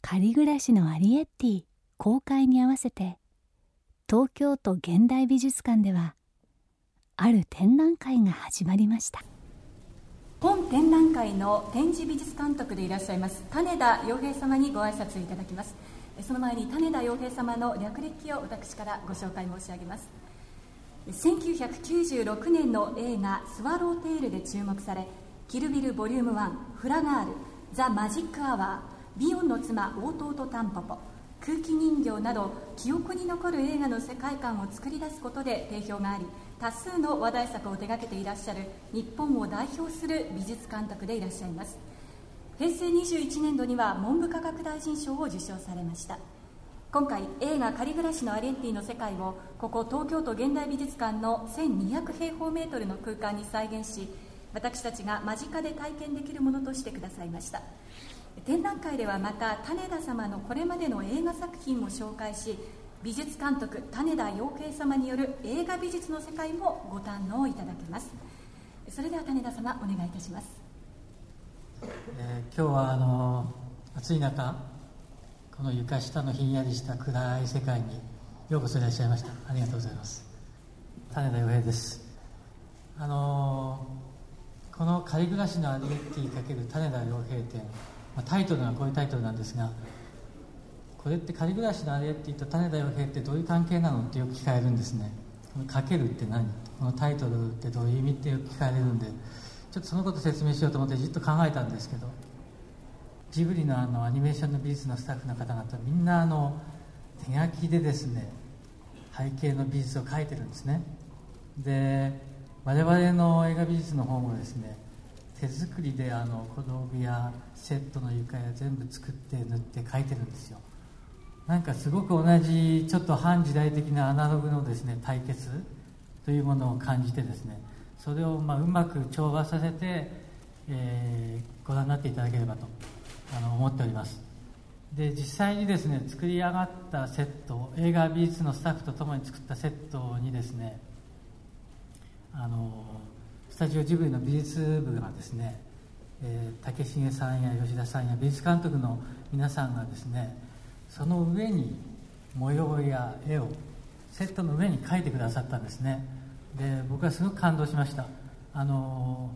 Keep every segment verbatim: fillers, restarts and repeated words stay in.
仮暮らしのアリエッティ公開に合わせて、東京都現代美術館ではある展覧会が始まりました。 本展覧会の展示美術監督でいらっしゃいます種田洋平様にご挨拶いただきます。その前に種田洋平様の略歴を私からご紹介申し上げます。せんきゅうひゃくきゅうじゅうろくねんの映画スワローテールで注目され、キルビルボリュームワン、フラガール、ザ・マジック・アワー、ビヨンの妻弟タンポポ、空気人形など記憶に残る映画の世界観を作り出すことで定評があり、多数の話題作を手掛けていらっしゃる日本を代表する美術監督でいらっしゃいます。へいせいにじゅういちねんどには文部科学大臣賞を受賞されました。今回映画仮暮らしのアリエッティの世界をここ東京都現代美術館のせんにひゃくへいほうメートルの空間に再現し、私たちが間近で体験できるものとしてくださいました。展覧会ではまた種田様のこれまでの映画作品も紹介し、美術監督種田洋平様による映画美術の世界もご堪能いただけます。それでは種田様、お願いいたします。 えー、今日はあの暑い中、この床下のひんやりした暗い世界にようこそいらっしゃいました。ありがとうございます。種田洋平です。あのー、この仮暮らしのアリエッティ×種田洋平展、まあ、タイトルがこういうタイトルなんですが、これって仮暮らしのアリエッティと種田洋平ってどういう関係なのってよく聞かれるんですね。このかけるって何、このタイトルってどういう意味ってよく聞かれるんで、ちょっとそのことを説明しようと思ってじっと考えたんですけど、ジブリのあのアニメーションの美術のスタッフの方々みんなあの手書きでですね、背景の美術を描いてるんですね。で、我々の映画美術の方もですね、手作りであの小道具やセットの床や全部作って塗って描いてるんですよ。なんかすごく同じちょっと反時代的なアナログのですね、対決というものを感じてですね、それをまあうまく調和させて、えー、ご覧になっていただければとあの思っております。で、実際にですね、作り上がったセット、映画美術のスタッフとともに作ったセットにですね、あのスタジオジブリの美術部がですね、えー、竹重さんや吉田さんや美術監督の皆さんがですね、その上に模様や絵をセットの上に描いてくださったんですね。で、僕はすごく感動しました。あの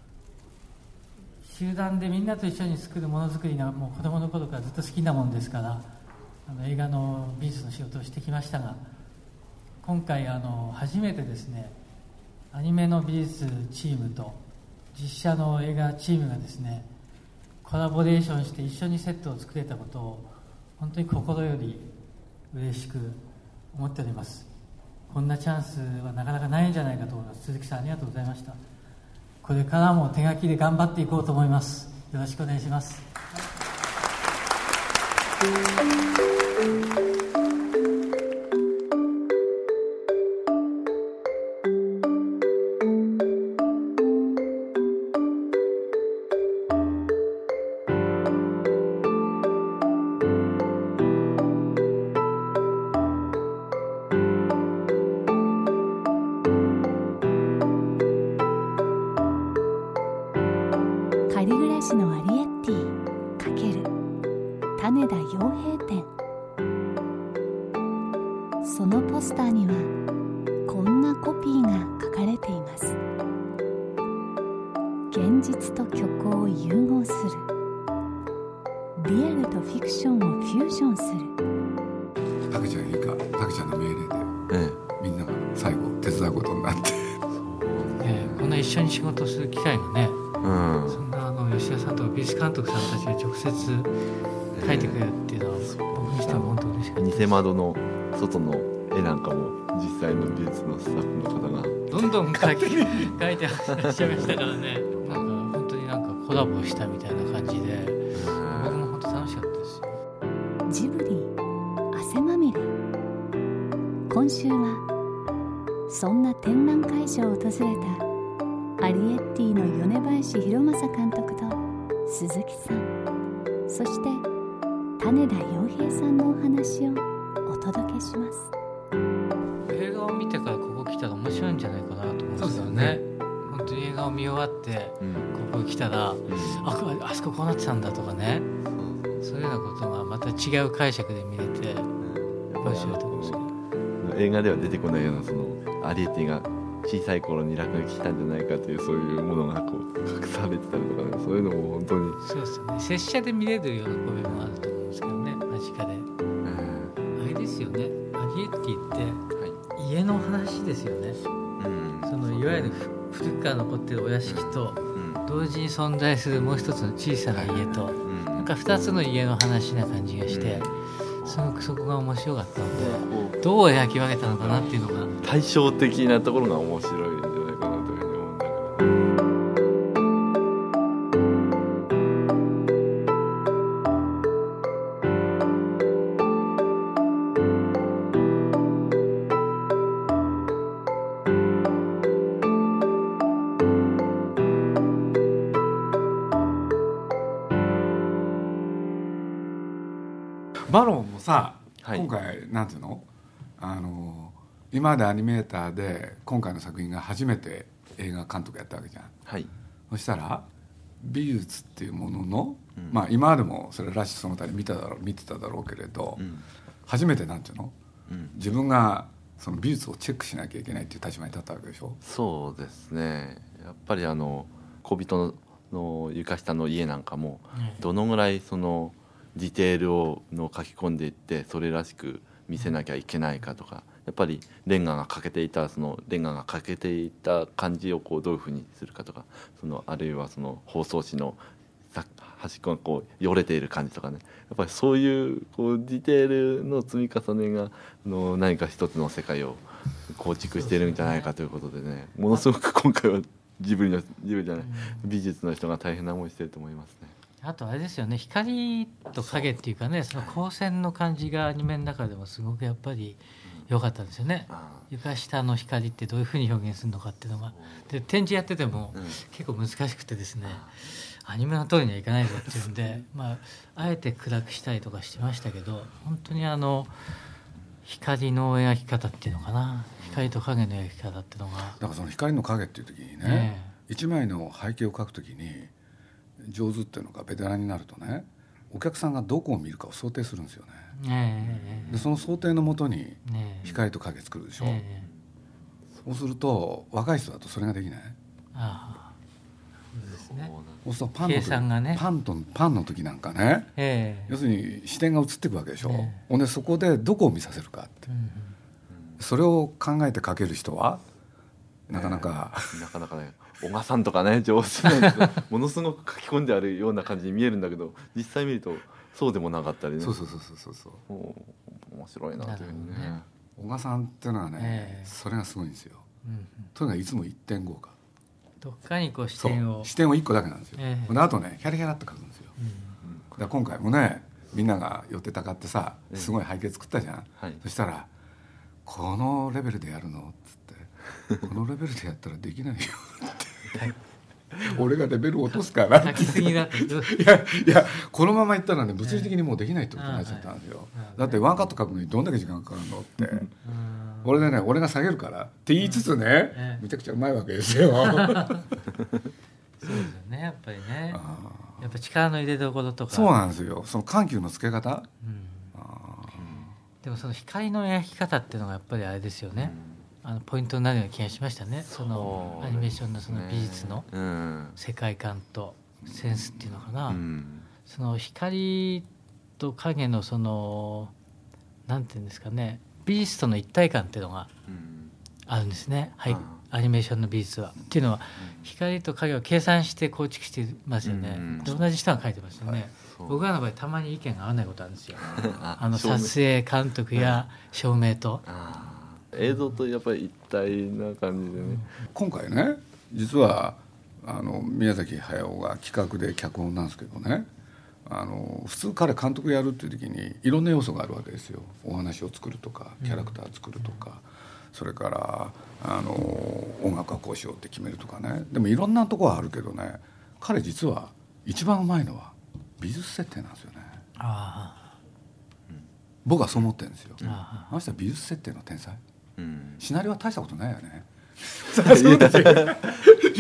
集団でみんなと一緒に作るものづくりがもう子供の頃からずっと好きなもんですから、あの映画の美術の仕事をしてきましたが、今回あの初めてですね、アニメの美術チームと実写の映画チームがですね、コラボレーションして一緒にセットを作れたことを本当に心より嬉しく思っております。こんなチャンスはなかなかないんじゃないかと思います。鈴木さん、ありがとうございました。これからも手書きで頑張っていこうと思います。よろしくお願いします。 仮暮らしのアリエッティ×種田洋平展。そのポスターにはこんなコピーが書かれています。現実と虚構を融合する、リアルとフィクションをフュージョンする。 タケちゃんいいか、タケちゃんの命令で、ええ、みんなが最後手伝うことになって、 ええ、こんな一緒に仕事する機会がね、うん、そんなあの吉田さんとか美術監督さんたちが直接描いてくれるっていうのは、えー、僕にしても本当嬉しかったです。 偽窓の外の絵なんかも実際の美術のスタッフの方がどんどん描いて描いてらっしゃいましたからね。なんか本当になんかコラボしたみたいな感じで、僕も本当楽しかったですよ。 ジブリ汗まみれ。今週はそんな展覧会場を訪れたアリエッティの米林弘正監督と鈴木さん、そして種田洋平さんのお話をお届けします。 映画を見てからここ来たら面白いんじゃないかなと思うんですよね。本当に映画を見終わって、うん、ここ来たら、うん、あ, あそここうなってたんだとかね、そそういうようなことがまた違う解釈で見れて面白いと思うんですけど、 映画では出てこないようなそのアリエッティが小さい頃に落書きしたんじゃないかというそういうものがこう隠されてたりとかね、そういうのも本当にそうですよね、拙者で見れるような場面もあると思うんですけどね、間近で、うん、あれですよね、アリエッティって家の話ですよね、はい、そのいわゆる古くから残っているお屋敷と同時に存在するもう一つの小さな家と、なんか二つの家の話な感じがして、すごくそこが面白かったので、どう描き分けたのかなっていうのが対照的なところが面白いんじゃないかなというふうに思うんだけど。 バロンもさ、 はい、 今回なんていうの、あの今までアニメーターで今回の作品が初めて映画監督やったわけじゃん、 はい、 そしたら美術っていうものの、うん、まあ今までもそれらしその他に見ただろう見てただろうけれど、うん、初めてなんていうの、うん、自分がその美術をチェックしなきゃいけないっていう立場に立ったわけでしょ。 そうですね、やっぱりあの小人の床下の家なんかもどのぐらいそのディテールをの書き込んでいってそれらしく見せなきゃいけないかとか、やっぱりレンガが欠けていたそのレンガが欠けていた感じをこうどういうふうにするかとか、そのあるいはその包装紙の端っこがこうよれている感じとかね、やっぱりそういうこうディテールの積み重ねがの何か一つの世界を構築しているんじゃないかということでね、ものすごく今回はジブリのジブリじゃない美術の人が大変な思いしていると思いますね。 あとあれですよね、光と影っていうかね、その光線の感じがアニメの中でもすごくやっぱり良かったんですよね。床下の光ってどういうふうに表現するのかっていうのがで、展示やってても結構難しくてですね、アニメの通りにはいかないぞっていうんで、まあ、あえて暗くしたりとかしてましたけど、本当にあの光の描き方っていうのかな、光と影の描き方っていうのが、 だからその光の影っていう時にね、えー、一枚の背景を描く時に上手っていうのがベテランになるとね、お客さんがどこを見るかを想定するんですよね、えー、でその想定のもとに光と影作るでしょ、えー、そうすると若い人だとそれができない。ああ、そうですね。そうするとパンの時、計算がね、パンとパンの時なんかね、えー、要するに視点が移っていくわけでしょ、えー、でそこでどこを見させるかって、うんうん、それを考えて描ける人はなかなか、 えー、なかなかね、小川さんとかね上手なんですものすごく書き込んであるような感じに見えるんだけど、実際見るとそうでもなかったりね。 そうそうそうそうそう、 面白いなというふうにね。 小川さんっていうのはね、えー、それがすごいんですよ、うんうん、とにかくいつも いってんご かどっかにこう視点を視点をいっこだけなんですよ、えー、であとねヒャラヒャラって書くんですよ、うんうん、だから今回もねみんなが寄ってたかってさすごい背景作ったじゃん、えーはい、そしたらこのレベルでやるのっつってこのレベルでやったらできないよって、はい、俺がレベル落とすからって書きすぎだっていやいやこのままいったらね物理的にもうできないってことになっちゃったんですよ、えーはい、だってワンカット書くのにどんだけ時間かかるのって、うん、俺でね俺が下げるからって言いつつね、えー、めちゃくちゃうまいわけですよそうですよね、やっぱりね、やっぱ力の入れどころとか、 そうなんですよ、その緩急のつけ方、うん、 あでもその光の描き方っていうのがやっぱりあれですよね、うん、あのポイントになるような気がしましたね。そのアニメーションのその美術の世界観とセンスっていうのかな、うん、その光と影のそのなんていうんですかね、美術との一体感っていうのがあるんですね、はい、アニメーションの美術はっていうのは光と影を計算して構築してますよね、うん、で同じ人が書いてますよね、はい、僕らの場合たまに意見が合わないことあるんですよあの撮影監督や照明と、 あ映像とやっぱり一体な感じでね、うん、 今回ね実はあの宮崎駿が企画で脚本なんですけどね、あの普通彼監督やるっていう時にいろんな要素があるわけですよ。お話を作るとかキャラクター作るとか、うん、それからあの音楽はこうしようって決めるとかね。でもいろんなところはあるけどね、彼実は一番うまいのは美術設定なんですよね。あ、うん、僕はそう思ってるんですよ。あの人は美術設定の天才、うん、シナリオは大したことないよね美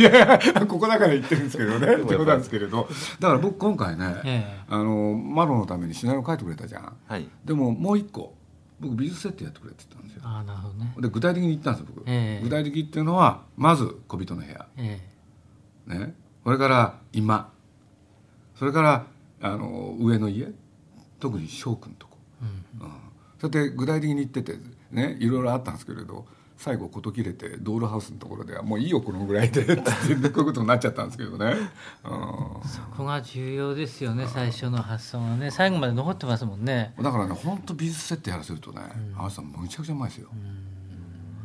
いやいやここだから言ってるんですけどねってことなんですけれど、だから僕今回ね、ええ、あのマロのためにシナリオ書いてくれたじゃん、はい、でももう一個僕美術設定やってくれって言ったんですよ。 あ、なるほどね。 で具体的に言ったんですよ僕、ええ、具体的っていうのはまず小人の部屋、ええね、それから今、それからあの上の家、特に翔くんとこ、うんうん、そうやって具体的に言っててね、いろいろあったんですけれど、最後事切れてドールハウスのところではもういいよこのぐらいでってこういうことになっちゃったんですけどね、 うん、そこが重要ですよね。最初の発想がね最後まで残ってますもんね。 だからね本当美術設定やらせるとね、うん、あなたさんむちゃくちゃうまいですよ、うん、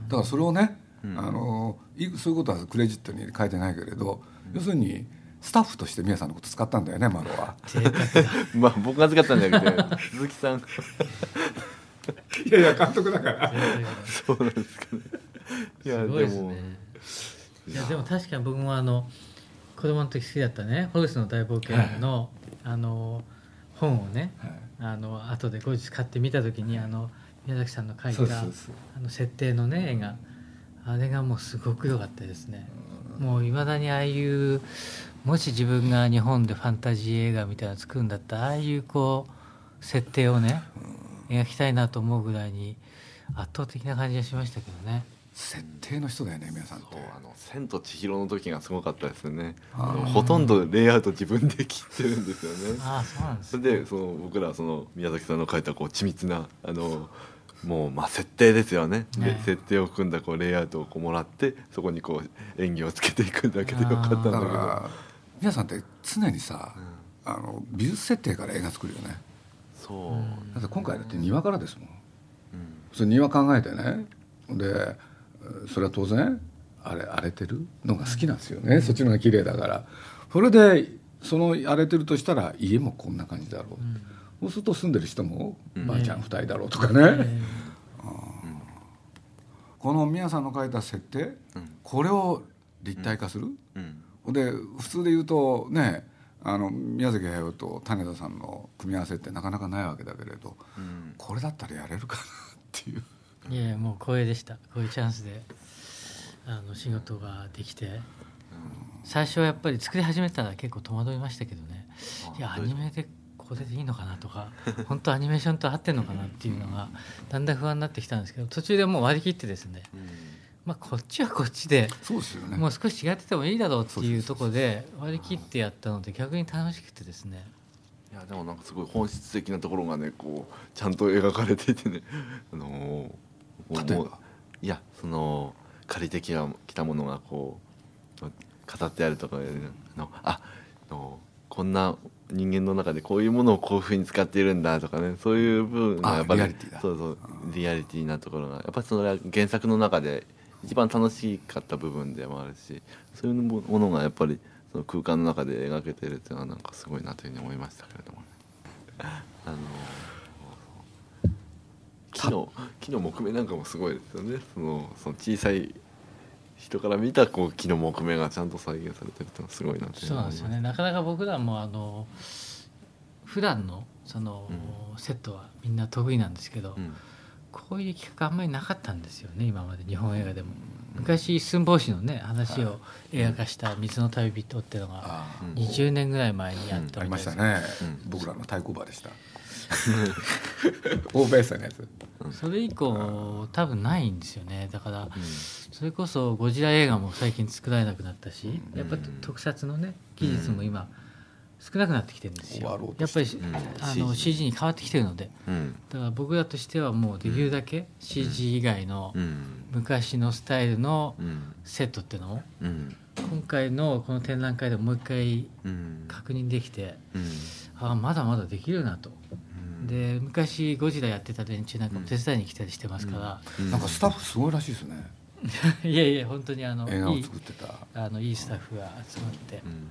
だからそれをね、うん、あのそういうことはクレジットに書いてないけれど、うん、要するにスタッフとして宮さんのこと使ったんだよねマロはまあ僕が使ったんじゃなくて鈴木さんいやいや監督だからそうなんですかね。いやすごいですね。いやでも確かに僕もあの子供の時好きだったねホルスの大冒険の、はい、あの本をね、はい、あの後で後日買ってみた時にあの宮崎さんの書いたあの設定のね絵があれがもうすごく良かったですね。もういまだにああいうもし自分が日本でファンタジー映画みたいなの作るんだったらああいうこう設定をね描きたいなと思うぐらいに圧倒的な感じがしましたけどね。 設定の人だよね皆さんって。 そうあの千と千尋の時がすごかったですよね。あのほとんどレイアウト自分で切ってるんですよね。 ああそうなんです、ね、 それでその僕らその宮崎さんの書いたこう緻密なあのもうまあ設定ですよね。で、ね、設定を組んだこうレイアウトをこうもらってそこにこう演技をつけていくだけでよかったんだけど、だから皆さんって常にさ、うん、あの美術設定から映画作るよね。 そうだって今回だって庭からですもん、うん、それ庭考えてね、でそれは当然荒れ荒れてるのが好きなんですよね、うん、そっちの方が綺麗だから。それでその荒れてるとしたら家もこんな感じだろう、うん、そうすると住んでる人もばあちゃんふたりだろうとかね、うんうん、この宮さんの書いた設定、うん、これを立体化する、うんうん、で普通で言うとねあの宮崎駿と種田さんの組み合わせってなかなかないわけだけれど、うん、これだったらやれるかなっていう。 いやもう光栄でした。こういうチャンスであの仕事ができて、うん、最初はやっぱり作り始めたら結構戸惑いましたけどね、いやアニメでこれでいいのかなとか本当アニメーションと合ってんのかなっていうのがだんだん不安になってきたんですけど、途中でもう割り切ってですね、うんまあ、こっちはこっちでそうですよね、 もう少し違っててもいいだろうっていうところで割り切ってやったので逆に楽しくてですね。 いやでもなんかすごい本質的なところがねこうちゃんと描かれていてね、あのー、もういやその借りてきたものがこう語ってあるとか、ね、あのあのこんな人間の中でこういうものをこういうふうに使っているんだとかね、そういう部分がやっぱりリアリティだ、そうそうリアリティなところがやっぱりそれは原作の中で一番楽しかった部分でもあるし、そういうものがやっぱりその空間の中で描けているっていうのはなんかすごいなというふうに思いましたけれども、ね、あの木の木の木目なんかもすごいですよね。そのその小さい人から見たこう木の木目がちゃんと再現されてるっていうのはすごいなというふうに思います。 そうなんですよね。なかなか僕らもあの普段のその、うん、セットはみんな得意なんですけど、うんこういう企画あんまりなかったんですよね今まで日本映画でも。昔寸法師のね話を映画化した水の旅人っていうのがにじゅうねんぐらい前にやった、 うん、ありましたね、うん、僕らの太鼓場でしたオーベースのやつそれ以降多分ないんですよね。だからそれこそゴジラ映画も最近作られなくなったし、やっぱ特撮のね技術も今少なくなってきてるんですよ。やっぱり、うん、あの シージー に変わってきてるので、うん、だから僕らとしてはもうできるだけ シージー 以外の昔のスタイルのセットっていうのを、うん、今回のこの展覧会でもう一回確認できて、うん、あまだまだできるなと、うん、で昔ゴジラやってた連中なんかも手伝いに来たりしてますから、 うんうん、なんかスタッフすごいらしいですねいやいや本当にあの映画を作ってたいいあのいいスタッフが集まって、うん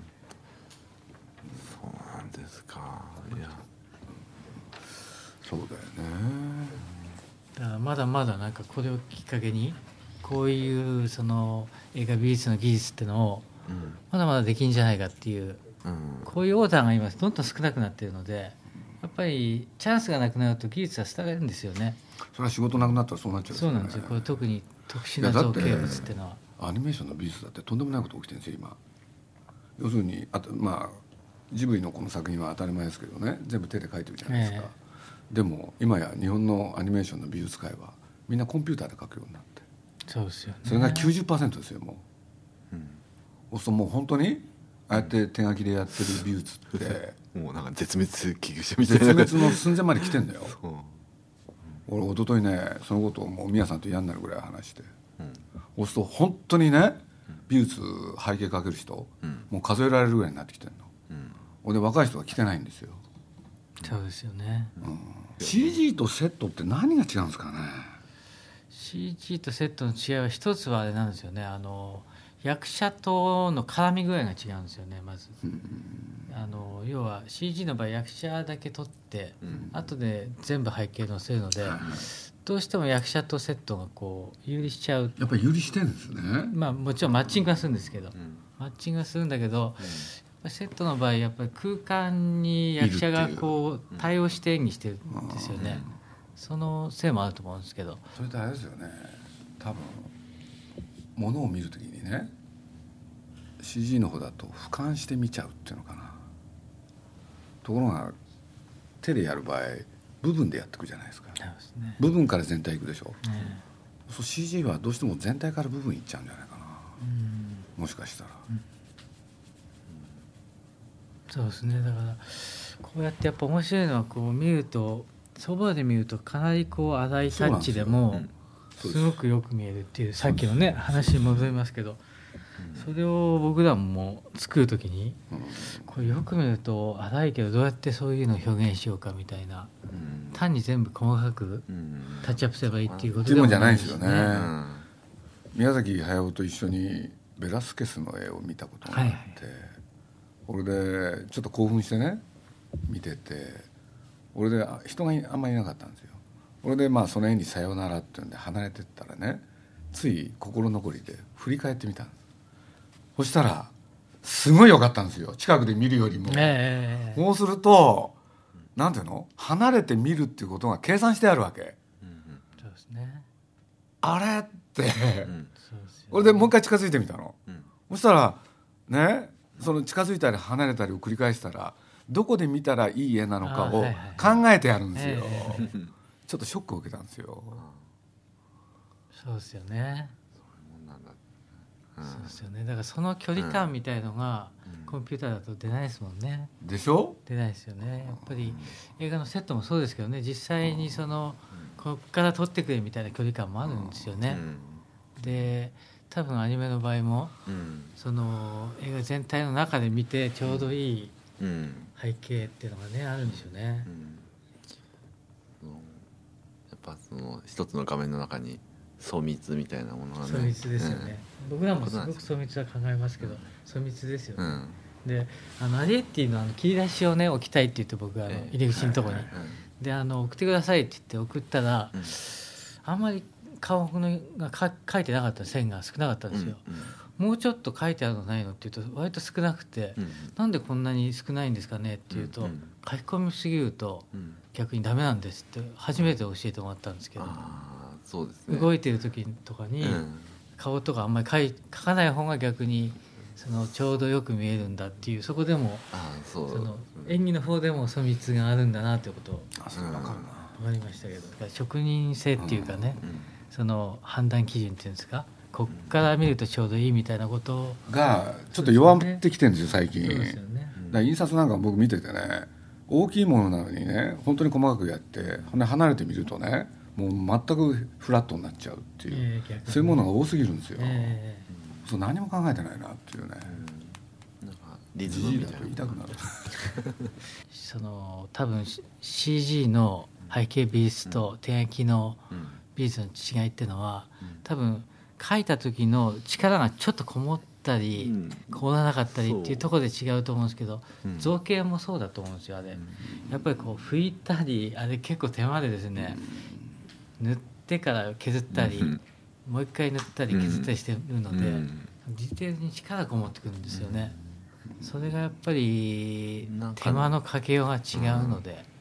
そうなんですか。いやそうだよね。 だからまだまだなんかこれをきっかけにこういうその映画美術の技術ってのをまだまだできんじゃないかっていう、うん、こういうオーダーが今どんどん少なくなっているのでやっぱりチャンスがなくなると技術は廃れるんですよね。 それは仕事なくなったらそうなっちゃう、ね、 そうなんですよ。これ特に特殊な造形物っていうのはアニメーションの美術だってとんでもないこと起きてるんですよ今。要するにあとまあジブリのこの作品は当たり前ですけどね、全部手で描いてるじゃないですか、えー、でも今や日本のアニメーションの美術界はみんなコンピューターで描くようになって、 そうですよね、 それが きゅうじゅっパーセント ですよもう、うん、そうするともう本当にああやって手書きでやってる美術ってもうなんか絶滅危惧種みたいな、 絶滅の寸前まで来てんだよそう、うん、俺一昨日ねそのことをもう宮さんと嫌になるぐらい話して、うん、そうすると本当にね美術背景描ける人、うん、もう数えられるぐらいになってきてるの、うん、で若い人が来てないんですよ。 そうですよね、 うん、シージー とセットって何が違うんですかね。 シージー とセットの違いは一つはあれなんですよね、あの役者との絡み具合が違うんですよねまず、うん、あの要は シージー の場合役者だけ撮って、うん、後で全部背景載せるので、うん、どうしても役者とセットがこう有利しちゃう。 やっぱり有利してるんですね。 まあもちろんマッチングはするんですけど、うん、マッチングはするんだけど、うん、セットの場合やっぱり空間に役者がこう対応して演技してるんですよね、うん、そのせいもあると思うんですけど。 それとあれですよね、多分物を見るときにね シージー の方だと俯瞰して見ちゃうっていうのかな。ところが手でやる場合部分でやっていくじゃないですか。そうですね、部分から全体いくでしょ、ね、そう シージー はどうしても全体から部分いっちゃうんじゃないかな、うん、もしかしたら、うん、 そうですね。だからこうやってやっぱ面白いのはこう見るとそばで見るとかなりこう粗いタッチでもすごくよく見えるっていう、さっきのね話に戻りますけど、それを僕らも作るときにこれよく見ると粗いけどどうやってそういうのを表現しようかみたいな、単に全部細かくタッチアップすればいいっていうことでもないですよね。 宮崎駿と一緒にベラスケスの絵を見たことがあって、はい、俺でちょっと興奮してね見てて、俺で人があんまりいなかったんですよ。俺でまあその絵にさよならっていうんで離れてったらね、つい心残りで振り返ってみたんです。そしたらすごい良かったんですよ、近くで見るよりも、えー、そうするとなんていうの、離れて見るっていうことが計算してあるわけ、うんうん、そうですね、あれって、うん、そうですよね、俺でもう一回近づいてみたの、うん、そしたらね、その近づいたり離れたりを繰り返したらどこで見たらいい絵なのかを考えてやるんですよ、ちょっとショックを受けたんですよ。 そうですよね、そうですよね。だからその距離感みたいのがコンピューターだと出ないですもんね。 でしょ？ 出ないですよね。やっぱり映画のセットもそうですけどね、実際にそのこっから撮ってくれみたいな距離感もあるんですよね。で多分アニメの場合もその映画全体の中で見てちょうどいい背景っていうのがねあるんですよね。 やっぱその一つの画面の中に粗密みたいなものがね、 粗密ですよね、うん、僕らもすごく粗密は考えますけど、うん、粗密ですよね、うん、であのアリエッティのあの切り出しをね置きたいって言って僕があの入り口のところに、はいはいはい、であの送ってくださいって言って送ったら、うん、あんまり顔のがか書いてなかった線が少なかったんですよ、うんうん、もうちょっと書いてあるのないのって言うと割と少なくて、うん、なんでこんなに少ないんですかねって言うと、うんうん、書き込みすぎると逆にダメなんですって初めて教えてもらったんですけど、 そうですね、 動いてる時とかに顔とかあんまり 書, い書かない方が逆にそのちょうどよく見えるんだっていう、そこでもあそうその演技の方でも粗密があるんだなということを分かりましたけど、職人性っていうかね、うんうん、その判断基準っていうんですか、こっから見るとちょうどいいみたいなことがちょっと弱ってきてるんですよ最近。そうですよね、だから印刷なんか僕見ててね、大きいものなのにね本当に細かくやって離れてみるとねもう全くフラットになっちゃうっていう、えー、そういうものが多すぎるんですよ、えー、そう何も考えてないなっていうね、うん、なんかリズムみたいな言いたくなるその多分 シージー の背景美術と手書きの美術の違いっていうのは、うん、多分書いた時の力がちょっとこもったり、うん、こもらなかったりっていうところで違うと思うんですけど、うん、造形もそうだと思うんですよあれ、うん、やっぱりこう拭いたりあれ結構手間でですね、塗ってから削ったり、うん、もう一回塗ったり削ったりしてるので、うん、ディテールに力がこもってくるんですよね、うん、それがやっぱり手間のかけようが違うので、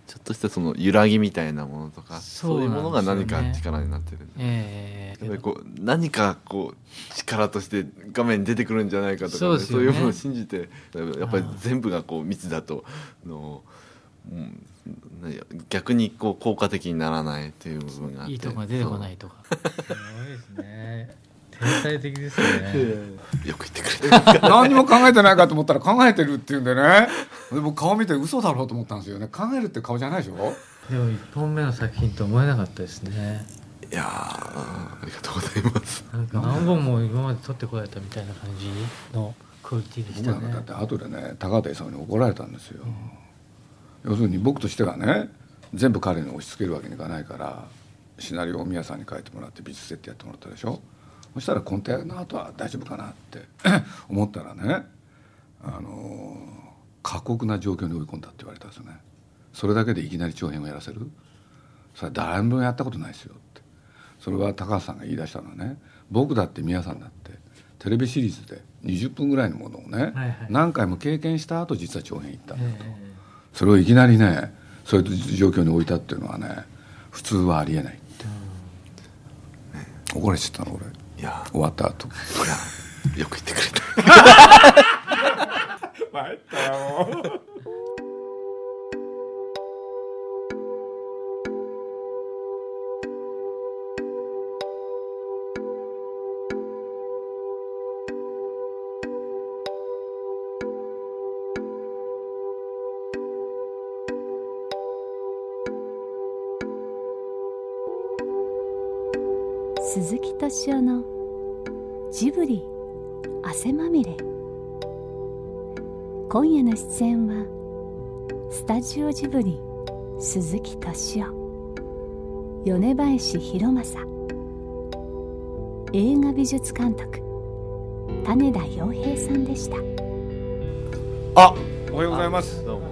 ちょっとしたその揺らぎみたいなものとか そ, う、ね、そういうものが何か力になってるんで、えー、やっぱりこう何かこう力として画面に出てくるんじゃないかとか、ね、そうですよね、そういうものを信じてやっぱり全部がこう密だとの、うん、逆にこう効果的にならないっていう部分があって、 いいとこが出てこないとかすごいですね、天才的ですよねよく言ってくれた何にも考えてないかと思ったら考えてるっていうんでね、で僕顔見て嘘だろうと思ったんですよね。考えるって顔じゃないでしょ。 でもいっぽんめの作品と思えなかったですね。 いやありがとうございます。 なんか何本も今まで撮ってこられたみたいな感じのクオリティでしたね。 僕なんかだって後でね高畑さんに怒られたんですよ、うん、要するに僕としてはね全部彼に押し付けるわけにいかないからシナリオを宮さんに書いてもらって美術設定やってもらったでしょ。そしたら根底の後は大丈夫かなって思ったらね、あの過酷な状況に追い込んだって言われたんですよね。それだけでいきなり長編をやらせる、それは誰もやったことないですよって。それは高橋さんが言い出したのはね、僕だって宮さんだってテレビシリーズでにじゅっぷんぐらいのものをね、はいはい、何回も経験した後実は長編行ったんだと、それをいきなりねそういう状況に置いたっていうのはね普通はありえないって、うん、怒られちゃったの俺。いや終わった後、いやよく言ってくれた参ったよもう鈴木敏夫のジブリ汗まみれ。今夜の出演はスタジオジブリ鈴木敏夫、米林弘正、映画美術監督種田洋平さんでした。 あ、おはようございます。 どうも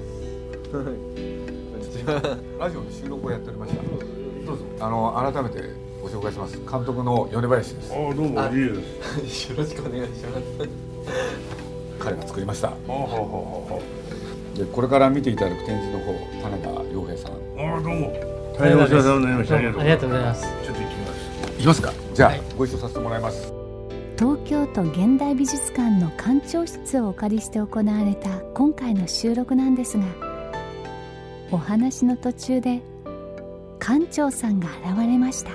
ラジオの収録をやっておりました。どうぞあの改めてご紹介します。監督の米林です。 ああどうもいいです。よろしくお願いします。 彼が作りました。 ああはあはあでこれから見ていただく展示の方、種田洋平さん。 ああどうも。大変お世話になりました。ありがとうございます。 ちょっと行きます。 行きますか。じゃあ、はい、ご一緒させてもらいます。 東京都現代美術館の館長室をお借りして行われた今回の収録なんですが、お話の途中で館長さんが現れました。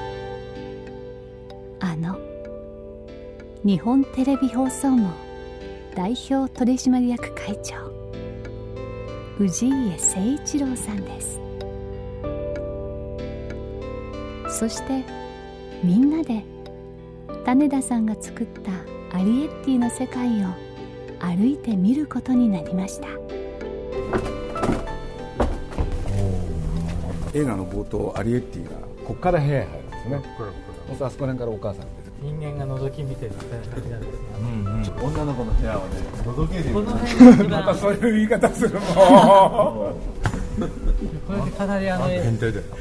あの日本テレビ放送網代表取締役会長氏家誠一郎さんです。そしてみんなで種田さんが作ったアリエッティの世界を歩いてみることになりました。 映画の冒頭アリエッティがこっから部屋へ入るんですね。本当あそこら辺からお母さんが出てくる。 人間が覗き見てるみたいな感じなんですね、 うんうん、女の子の部屋はね覗けるよ、 ね、 またそういう言い方するのこれでかなりあの変態だよ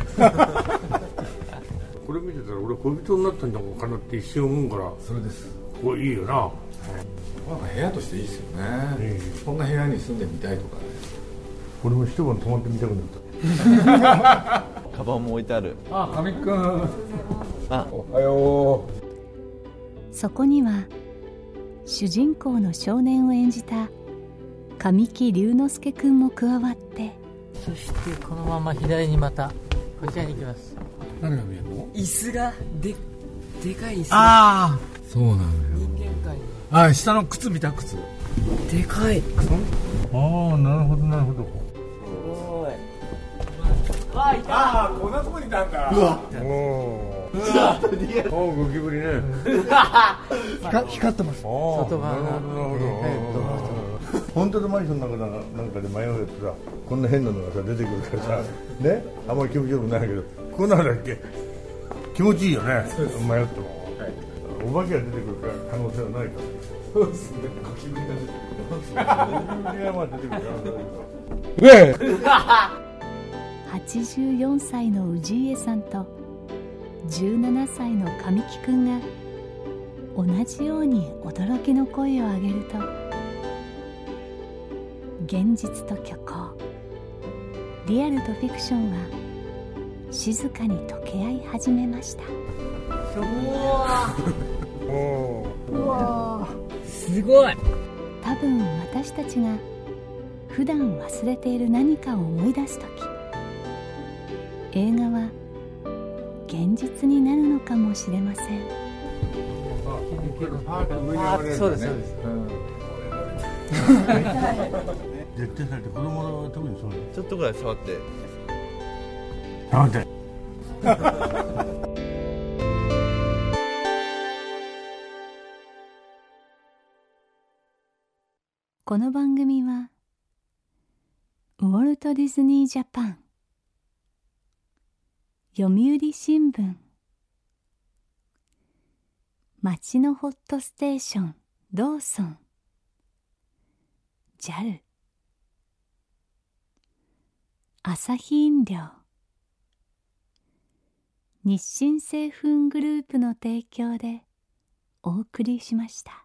これ見てたら俺恋人になったんじゃないかなって一瞬思うから。 それです。 これいいよな。 なんか部屋としていいですよね。こんな部屋に住んでみたいとかね。 俺も一晩泊まってみたくなったカバンも置いてある。 あ、神木くん。 あ、 おはよう。そこには主人公の少年を演じた神木隆之介くんも加わって、 そしてこのまま左にまたこちらに行きます。 何が見えるの？ 椅子がででかい椅子。 ああ、そうなんだよ。 人間界の。あ、下の靴見た靴。 でかい。 ああ、なるほどなるほど。 あ、いた。 ああ、こんなとこにいたんだ。 うわ。おお。うわ。ゴキブリね。 光ってます。 外側が。 なるほどなるほど。本当のマンションの中なんかで迷うやつさ、こんな変なのがさ出てくるからさ、ね、あんまり気持ちよくないけど、こんなのだっけ気持ちいいよね。迷っても。お化けが出てくる可能性はないから。 そうですね。ゴキブリが出てくる。 ゴキブリがまあ出てくる。 うえ。 はちじゅうよんさいの氏家さんとじゅうななさいの神木くんが同じように驚きの声を上げると、現実と虚構、 リアルとフィクションは静かに溶け合い始めました。 うわーうわーすごい。 多分私たちが普段忘れている何かを思い出すとき、映画は現実になるのかもしれません。 あ、 そうですそうです。 絶対されて子供の特にそうだよ。 ちょっとぐらい触って触ってこの番組はウォルト・ディズニー・ジャパン、読売新聞、町のホットステーションローソン、 ジャル、 アサヒ飲料、日清製粉グループの提供でお送りしました。